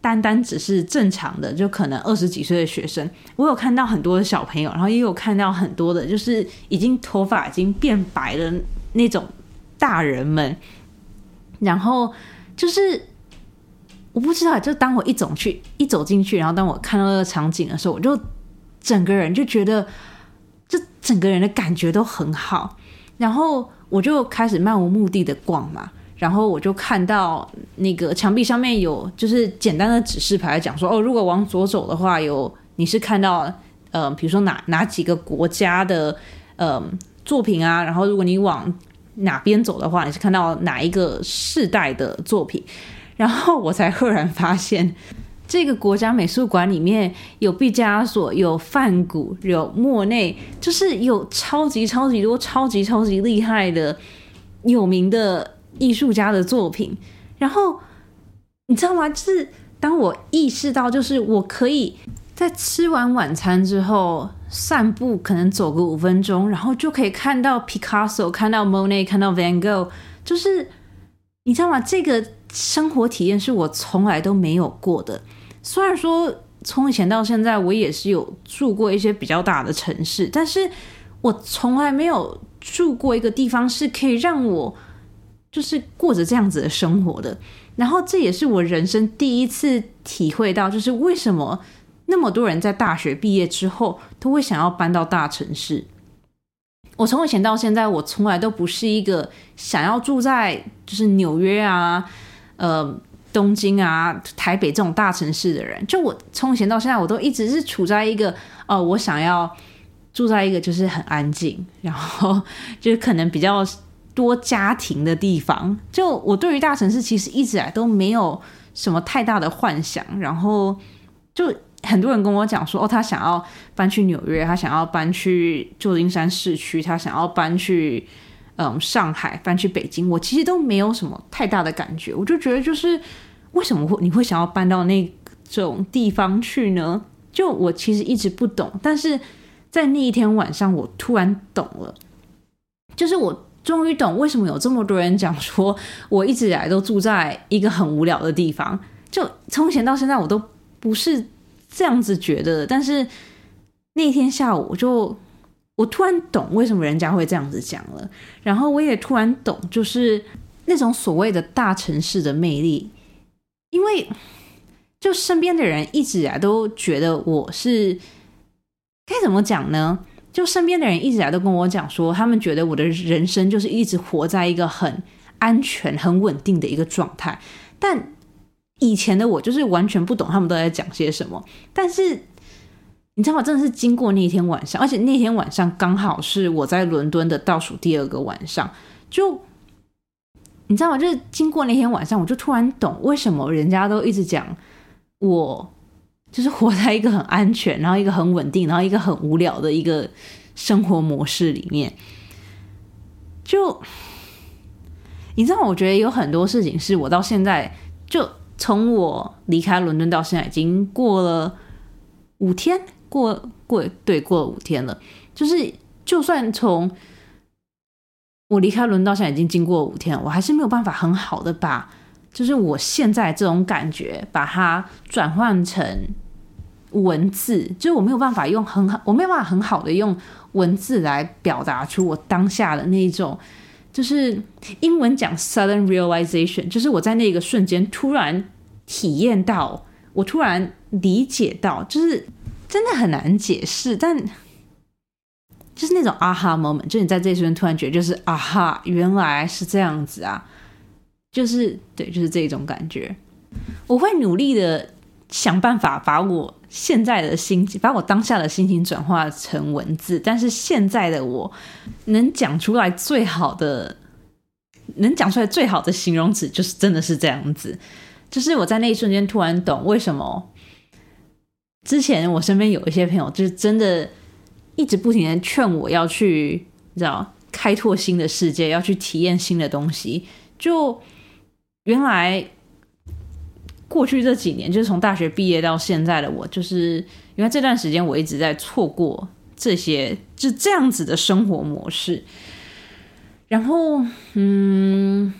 S1: 单单只是正常的就可能二十几岁的学生，我有看到很多的小朋友，然后也有看到很多的就是已经头发已经变白的那种大人们，然后就是我不知道，就当我一走去一走进去，然后当我看到那个场景的时候，我就整个人就觉得就整个人的感觉都很好，然后我就开始漫无目的的逛嘛，然后我就看到那个墙壁上面有就是简单的指示牌讲说，哦，如果往左走的话，有你是看到呃，比如说哪哪几个国家的呃作品啊，然后如果你往哪边走的话，你是看到哪一个世代的作品，然后我才赫然发现，这个国家美术馆里面有毕加索，有梵谷，有莫内，就是有超级超级多超级超级厉害的有名的艺术家的作品。然后你知道吗，就是当我意识到就是我可以在吃完晚餐之后散步，可能走个五分钟，然后就可以看到 Picasso， 看到 Monet， 看到 Van Gogh， 就是你知道吗，这个生活体验是我从来都没有过的。虽然说从以前到现在我也是有住过一些比较大的城市，但是我从来没有住过一个地方是可以让我就是过着这样子的生活的。然后这也是我人生第一次体会到，就是为什么那么多人在大学毕业之后都会想要搬到大城市。我从以前到现在，我从来都不是一个想要住在就是纽约啊、呃东京啊、台北这种大城市的人。就我从以前到现在，我都一直是处在一个哦、呃，我想要住在一个就是很安静，然后就是可能比较多家庭的地方。就我对于大城市其实一直来都没有什么太大的幻想，然后就很多人跟我讲说，哦，他想要搬去纽约，他想要搬去旧金山市区，他想要搬去嗯上海，搬去北京。我其实都没有什么太大的感觉，我就觉得就是为什么会你会想要搬到那种地方去呢？就我其实一直不懂，但是在那一天晚上，我突然懂了，就是我终于懂为什么有这么多人讲说，我一直以来都住在一个很无聊的地方。就从前到现在，我都不是这样子觉得，但是那天下午我就我突然懂为什么人家会这样子讲了，然后我也突然懂就是那种所谓的大城市的魅力。因为就身边的人一直以来都觉得我是该怎么讲呢，就身边的人一直以来都跟我讲说，他们觉得我的人生就是一直活在一个很安全很稳定的一个状态。但以前的我就是完全不懂他们都在讲些什么，但是你知道吗，真的是经过那天晚上，而且那天晚上刚好是我在伦敦的倒数第二个晚上，就你知道吗，就是经过那天晚上，我就突然懂为什么人家都一直讲我就是活在一个很安全，然后一个很稳定，然后一个很无聊的一个生活模式里面。就你知道，我觉得有很多事情是我到现在，就从我离开伦敦到现在已经过了五天，过过对过了五天了。就是就算从我离开伦敦到现在已经经过五天了，我还是没有办法很好的把就是我现在这种感觉把它转换成文字，就是我没有办法用很好，我没有办法很好的用文字来表达出我当下的那种，就是英文讲 sudden realization， 就是我在那个瞬间突然体验到，我突然理解到，就是真的很难解释，但就是那种 aha moment， 就是你在这一瞬间突然觉得就是 aha， 原来是这样子啊，就是对，就是这种感觉。我会努力的想办法把我现在的心情，把我当下的心情转化成文字，但是现在的我能讲出来最好的，能讲出来最好的形容词就是真的是这样子。就是我在那一瞬间突然懂为什么之前我身边有一些朋友就是真的一直不停的劝我要去你知道开拓新的世界，要去体验新的东西。就原来过去这几年，就是从大学毕业到现在的我，就是原来这段时间我一直在错过这些就这样子的生活模式。然后嗯，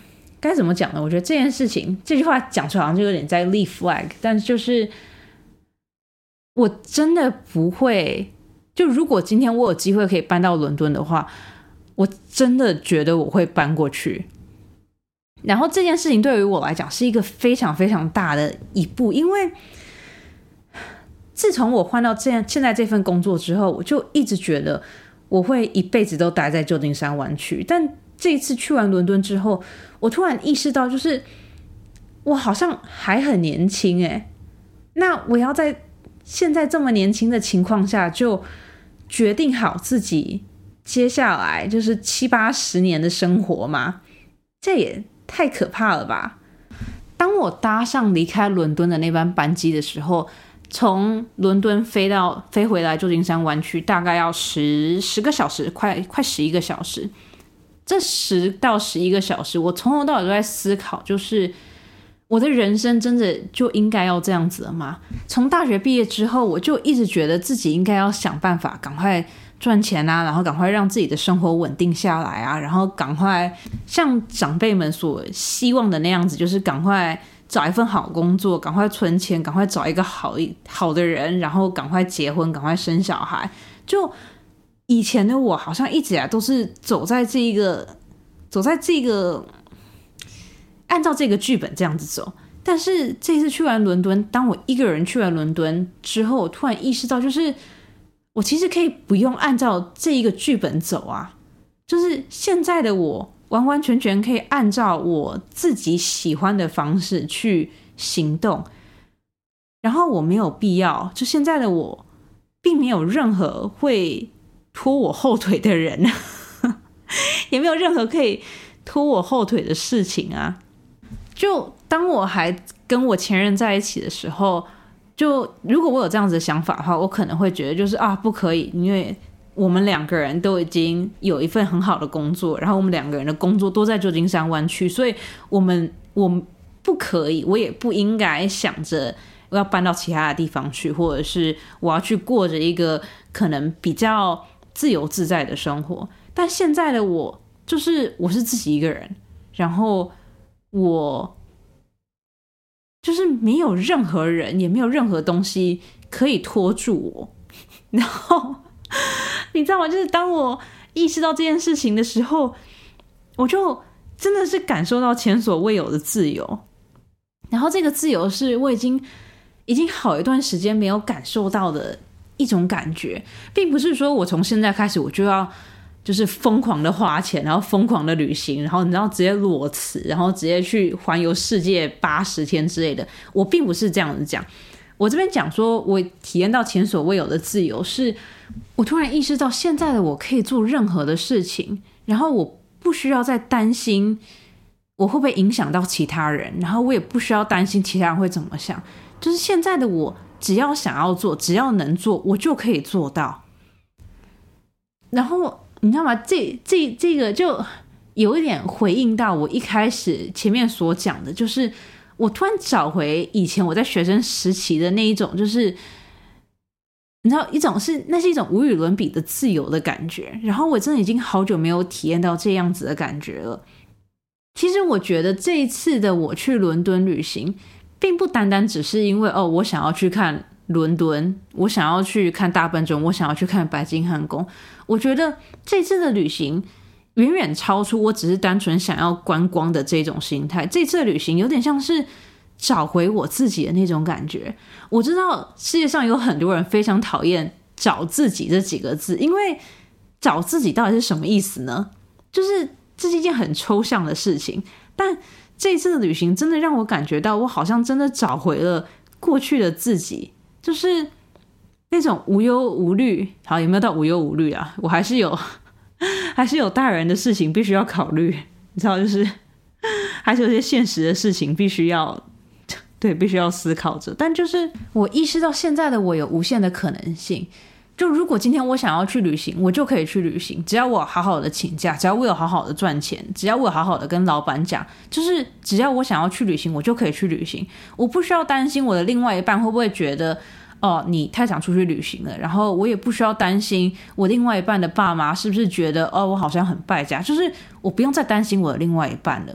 S1: 该怎么讲呢？我觉得这件事情，这句话讲出来好像就有点在立 flag， 但就是我真的不会，就如果今天我有机会可以搬到伦敦的话，我真的觉得我会搬过去。然后这件事情对于我来讲是一个非常非常大的一步，因为自从我换到这样现在这份工作之后，我就一直觉得我会一辈子都待在旧金山湾区。但这一次去完伦敦之后，我突然意识到，就是我好像还很年轻耶，那我要在现在这么年轻的情况下就决定好自己接下来就是七八十年的生活吗？这也太可怕了吧。当我搭上离开伦敦的那班班机的时候，从伦敦飞到飞回来旧金山湾区大概要十十个小时，快快十一个小时。这十到十一个小时，我从头到尾都在思考，就是我的人生真的就应该要这样子了吗？从大学毕业之后，我就一直觉得自己应该要想办法赶快赚钱啊，然后赶快让自己的生活稳定下来啊，然后赶快像长辈们所希望的那样子，就是赶快找一份好工作，赶快存钱，赶快找一个好好的人，然后赶快结婚，赶快生小孩。就以前的我好像一直以来都是走在这一个走在这个按照这个剧本这样子走。但是这次去完伦敦，当我一个人去完伦敦之后，我突然意识到，就是我其实可以不用按照这一个剧本走啊，就是现在的我完完全全可以按照我自己喜欢的方式去行动，然后我没有必要，就现在的我并没有任何会拖我后腿的人也没有任何可以拖我后腿的事情啊。就当我还跟我前任在一起的时候，就如果我有这样子的想法的话，我可能会觉得就是啊不可以，因为我们两个人都已经有一份很好的工作，然后我们两个人的工作都在旧金山湾区，所以我们我们不可以，我也不应该想着我要搬到其他的地方去，或者是我要去过着一个可能比较自由自在的生活。但现在的我就是我是自己一个人，然后我就是没有任何人也没有任何东西可以拖住我。然后你知道吗，就是当我意识到这件事情的时候，我就真的是感受到前所未有的自由。然后这个自由是我已经已经好一段时间没有感受到的一种感觉，并不是说我从现在开始我就要就是疯狂的花钱，然后疯狂的旅行，然后你知道直接裸辞，然后直接去环游世界八十天之类的。我并不是这样子讲，我这边讲说我体验到前所未有的自由，是我突然意识到现在的我可以做任何的事情，然后我不需要再担心我会不会影响到其他人，然后我也不需要担心其他人会怎么想。就是现在的我只要想要做，只要能做，我就可以做到。然后你知道吗，这这这个就有一点回应到我一开始前面所讲的，就是我突然找回以前我在学生时期的那一种，就是你知道一种是那是一种无与伦比的自由的感觉。然后我真的已经好久没有体验到这样子的感觉了。其实我觉得这一次的我去伦敦旅行并不单单只是因为哦，我想要去看伦敦，我想要去看大笨钟，我想要去看白金汉宫。我觉得这次的旅行远远超出我只是单纯想要观光的这种心态。这次的旅行有点像是找回我自己的那种感觉。我知道世界上有很多人非常讨厌找自己这几个字，因为找自己到底是什么意思呢？就是这是一件很抽象的事情。但这一次的旅行真的让我感觉到我好像真的找回了过去的自己，就是那种无忧无虑。好，有没有到无忧无虑啊？我还是有还是有大人的事情必须要考虑，你知道，就是还是有些现实的事情必须要对必须要思考着。但就是我意识到现在的我有无限的可能性，就如果今天我想要去旅行，我就可以去旅行，只要我好好的请假，只要我有好好的赚钱，只要我有好好的跟老板讲，就是只要我想要去旅行，我就可以去旅行。我不需要担心我的另外一半会不会觉得哦，你太常出去旅行了，然后我也不需要担心我另外一半的爸妈是不是觉得哦，我好像很败家，就是我不用再担心我的另外一半了。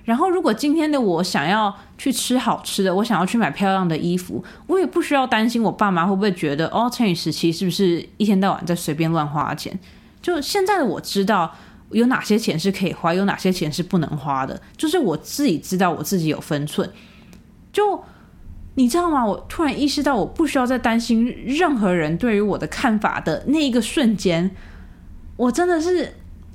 S1: 然后如果今天的我想要去吃好吃的，我想要去买漂亮的衣服，我也不需要担心我爸妈会不会觉得哦，陈宇时期是不是一天到晚在随便乱花钱。就现在的我知道有哪些钱是可以花，有哪些钱是不能花的，就是我自己知道我自己有分寸。就你知道吗，我突然意识到我不需要再担心任何人对于我的看法的那一个瞬间，我真的是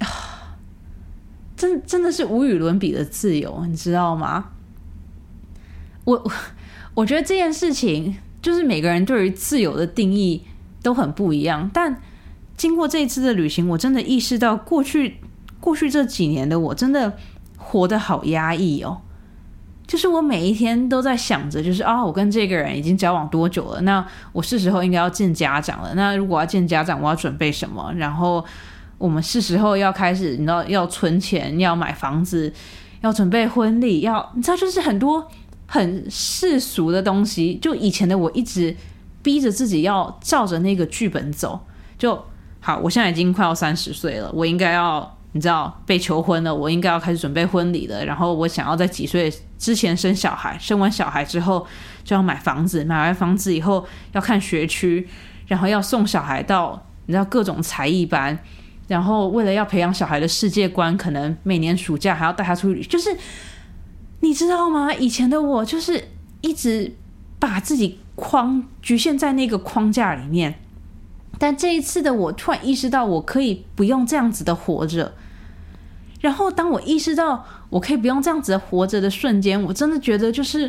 S1: 真真的是无与伦比的自由，你知道吗？我我觉得这件事情就是每个人对于自由的定义都很不一样，但经过这一次的旅行，我真的意识到过去过去这几年的我真的活得好压抑哦。就是我每一天都在想着，就是啊、哦，我跟这个人已经交往多久了？那我是时候应该要见家长了。那如果要见家长，我要准备什么？然后我们是时候要开始，你知道，要存钱，要买房子，要准备婚礼，要你知道，就是很多很世俗的东西。就以前的我一直逼着自己要照着那个剧本走。就好，我现在已经快要三十岁了，我应该要你知道被求婚了，我应该要开始准备婚礼了。然后我想要在几岁之前生小孩，生完小孩之后就要买房子，买完房子以后要看学区，然后要送小孩到你知道各种才艺班。然后为了要培养小孩的世界观，可能每年暑假还要带他出去，就是你知道吗？以前的我就是一直把自己框局限在那个框架里面，但这一次的我突然意识到我可以不用这样子的活着。然后当我意识到我可以不用这样子的活着的瞬间，我真的觉得就是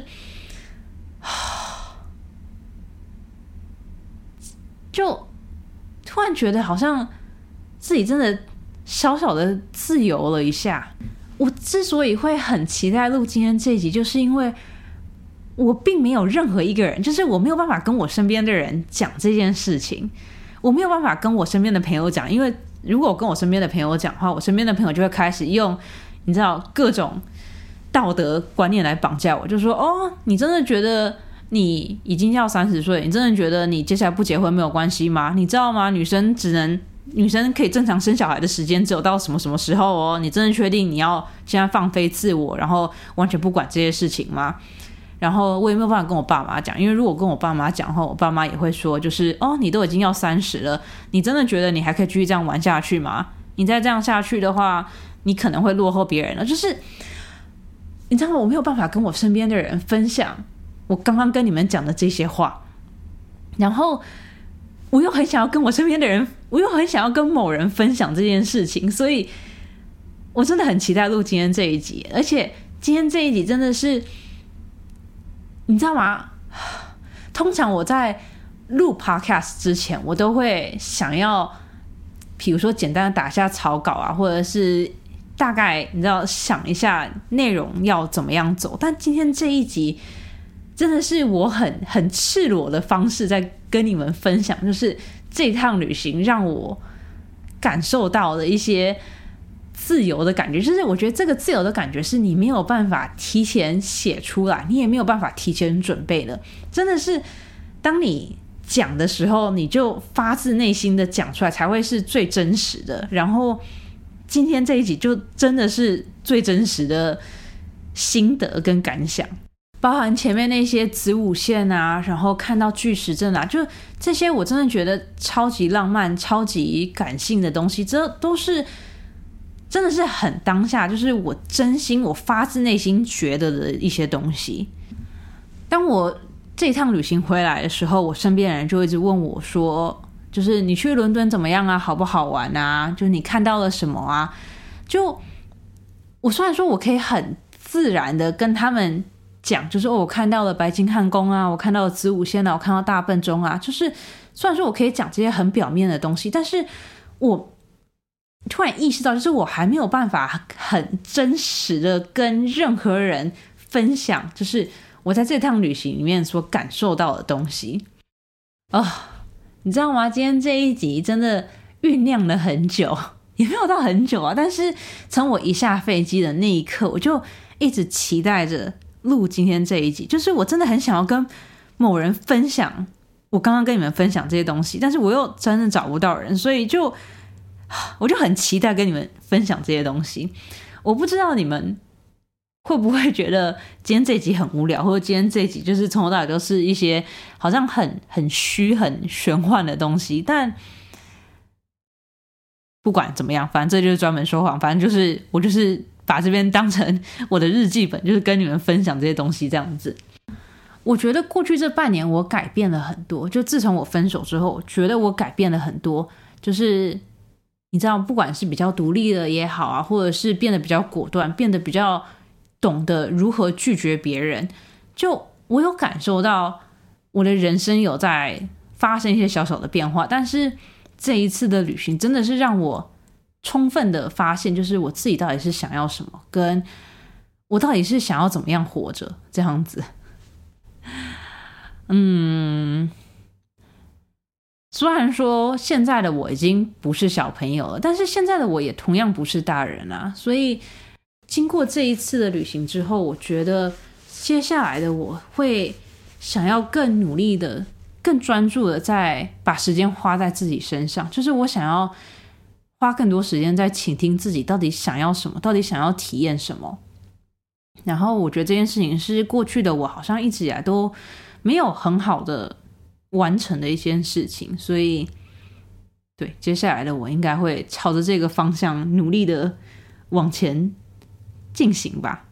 S1: 就突然觉得好像自己真的小小的自由了一下。我之所以会很期待录今天这一集，就是因为我并没有任何一个人，就是我没有办法跟我身边的人讲这件事情，我没有办法跟我身边的朋友讲。因为如果我跟我身边的朋友讲话，我身边的朋友就会开始用你知道各种道德观念来绑架我，就说哦，你真的觉得你已经要三十岁，你真的觉得你接下来不结婚没有关系吗？你知道吗？女生只能女生可以正常生小孩的时间只有到什么什么时候哦？你真的确定你要现在放飞自我，然后完全不管这些事情吗？然后我也没有办法跟我爸妈讲，因为如果跟我爸妈讲的话，我爸妈也会说，就是哦，你都已经要三十了，你真的觉得你还可以继续这样玩下去吗？你再这样下去的话，你可能会落后别人了。就是你知道吗？我没有办法跟我身边的人分享我刚刚跟你们讲的这些话，然后我又很想要跟我身边的人，我又很想要跟某人分享这件事情，所以我真的很期待录今天这一集。而且今天这一集真的是你知道吗？通常我在录 podcast 之前，我都会想要比如说简单的打下草稿啊，或者是大概你知道想一下内容要怎么样走。但今天这一集真的是我很很赤裸的方式在跟你们分享，就是这趟旅行让我感受到的一些自由的感觉。就是我觉得这个自由的感觉是你没有办法提前写出来，你也没有办法提前准备的，真的是当你讲的时候你就发自内心的讲出来才会是最真实的。然后今天这一集就真的是最真实的心得跟感想，包含前面那些子午线啊，然后看到巨石阵啊，就这些我真的觉得超级浪漫超级感性的东西，这都是真的是很当下，就是我真心我发自内心觉得的一些东西。当我这一趟旅行回来的时候，我身边的人就一直问我说，就是你去伦敦怎么样啊，好不好玩啊，就你看到了什么啊。就我虽然说我可以很自然的跟他们讲，就是、哦、我看到了白金汉宫啊，我看到了子午线啊，我看到大笨钟啊，就是虽然说我可以讲这些很表面的东西，但是我突然意识到，就是我还没有办法很真实的跟任何人分享，就是我在这趟旅行里面所感受到的东西啊、哦，你知道吗？今天这一集真的酝酿了很久，也没有到很久啊，但是从我一下飞机的那一刻，我就一直期待着录今天这一集，就是我真的很想要跟某人分享我刚刚跟你们分享这些东西，但是我又真的找不到人，所以就我就很期待跟你们分享这些东西。我不知道你们会不会觉得今天这集很无聊，或者今天这集就是从头到尾都是一些好像很很虚很玄幻的东西，但不管怎么样，反正这就是专门说谎，反正就是我就是把这边当成我的日记本，就是跟你们分享这些东西这样子。我觉得过去这半年我改变了很多，就自从我分手之后，我觉得我改变了很多，就是你知道不管是比较独立的也好啊，或者是变得比较果断，变得比较懂得如何拒绝别人，就我有感受到我的人生有在发生一些小小的变化。但是这一次的旅行真的是让我充分的发现，就是我自己到底是想要什么，跟我到底是想要怎么样活着这样子。嗯，虽然说现在的我已经不是小朋友了，但是现在的我也同样不是大人啊。所以经过这一次的旅行之后，我觉得接下来的我会想要更努力的、更专注的在把时间花在自己身上，就是我想要花更多时间在倾听自己到底想要什么，到底想要体验什么。然后我觉得这件事情是过去的我好像一直以来都没有很好的完成的一件事情，所以对接下来的我应该会朝着这个方向努力的往前进行吧。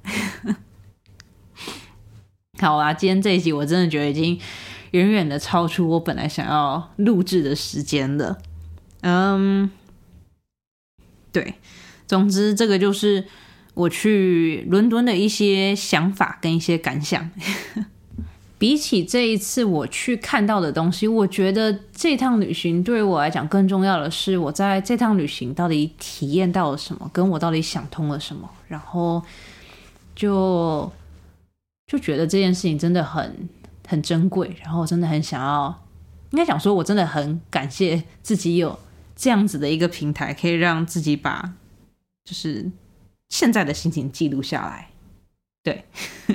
S1: 好啦，今天这一集我真的觉得已经远远的超出我本来想要录制的时间了。嗯，对，总之这个就是我去伦敦的一些想法跟一些感想。比起这一次我去看到的东西，我觉得这趟旅行对于我来讲更重要的是我在这趟旅行到底体验到了什么，跟我到底想通了什么，然后就就觉得这件事情真的很很珍贵，然后真的很想要，应该讲说我真的很感谢自己有这样子的一个平台，可以让自己把就是现在的心情记录下来。对。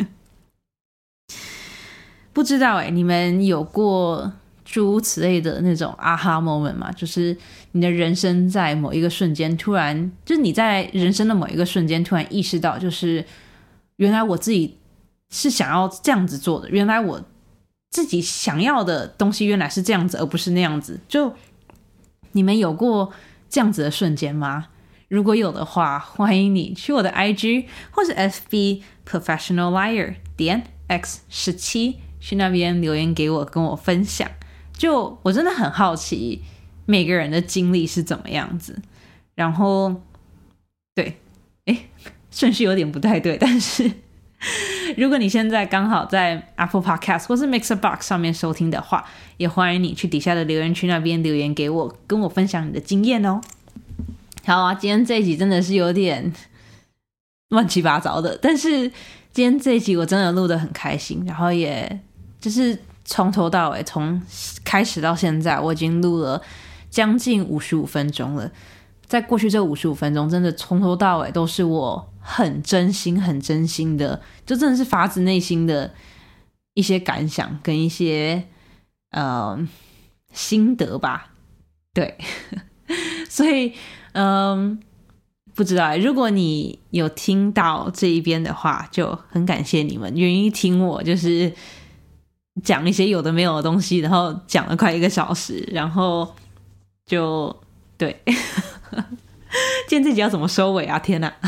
S1: 不知道欸，你们有过诸如此类的那种 aha moment 吗？就是你的人生在某一个瞬间突然，就是你在人生的某一个瞬间突然意识到，就是原来我自己是想要这样子做的，原来我自己想要的东西原来是这样子而不是那样子。就你们有过这样子的瞬间吗？如果有的话，欢迎你去我的 I G 或是 F B professional liar 点 x 十七去那边留言给我，跟我分享。就我真的很好奇每个人的经历是怎么样子。然后对，诶，顺序有点不太对，但是如果你现在刚好在 Apple Podcast 或是 Mixer Box 上面收听的话，也欢迎你去底下的留言区那边留言给我，跟我分享你的经验哦。好啊，今天这一集真的是有点乱七八糟的，但是今天这一集我真的录得很开心，然后也就是从头到尾，从开始到现在，我已经录了将近五十五分钟了。在过去这五十五分钟，真的从头到尾都是我很真心、很真心的，就真的是发自内心的一些感想跟一些呃心得吧。对，所以嗯。不知道，如果你有听到这一边的话，就很感谢你们愿意听我就是讲一些有的没有的东西，然后讲了快一个小时，然后就对今天这集要怎么收尾啊，天哪。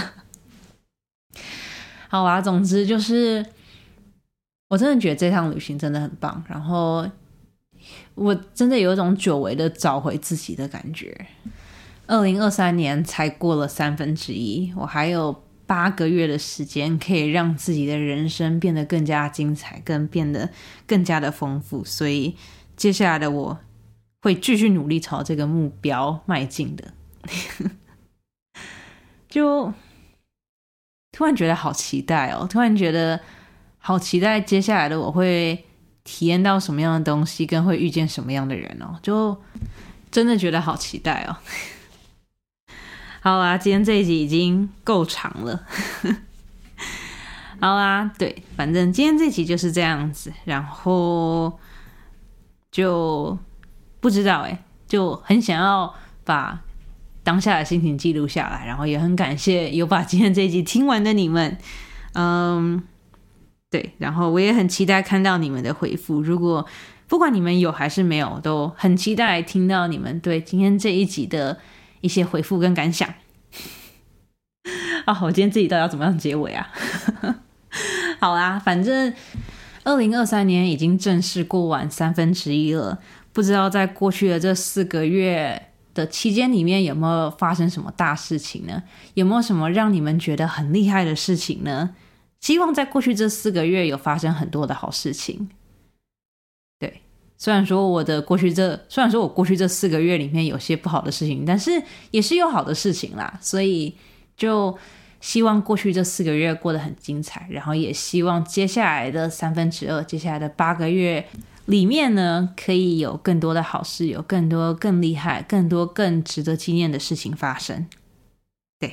S1: 好啊，总之就是我真的觉得这趟旅行真的很棒，然后我真的有一种久违的找回自己的感觉。二零二三年才过了三分之一，我还有八个月的时间可以让自己的人生变得更加精彩，更变得更加的丰富，所以接下来的我会继续努力朝这个目标迈进的。就突然觉得好期待哦，突然觉得好期待接下来的我会体验到什么样的东西，跟会遇见什么样的人哦，就真的觉得好期待哦。好啦，今天这一集已经够长了。好啦，对，反正今天这集就是这样子，然后就不知道欸，就很想要把当下的心情记录下来，然后也很感谢有把今天这一集听完的你们。 嗯，对，然后我也很期待看到你们的回复，如果不管你们有还是没有，都很期待听到你们对今天这一集的一些回复跟感想。啊，我今天自己到底要怎么样结尾啊？好啦，反正二零二三年已经正式过完三分之一了，不知道在过去的这四个月的期间里面有没有发生什么大事情呢？有没有什么让你们觉得很厉害的事情呢？希望在过去这四个月有发生很多的好事情。对，虽然说我的过去这虽然说我过去这四个月里面有些不好的事情，但是也是有好的事情啦，所以就希望过去这四个月过得很精彩，然后也希望接下来的三分之二，接下来的八个月里面呢，可以有更多的好事，有更多更厉害、更多更值得纪念的事情发生。对，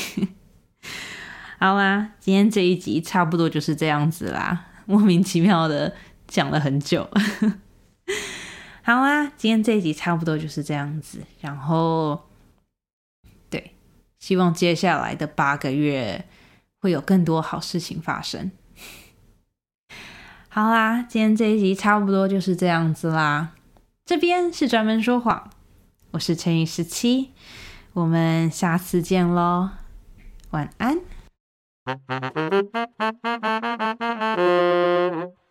S1: 好啦，今天这一集差不多就是这样子啦，莫名其妙的讲了很久。好啦，今天这一集差不多就是这样子，然后对，希望接下来的八个月会有更多好事情发生。好啦，今天这一集差不多就是这样子啦。这边是专门说谎，我是乘以十七，我们下次见咯，晚安。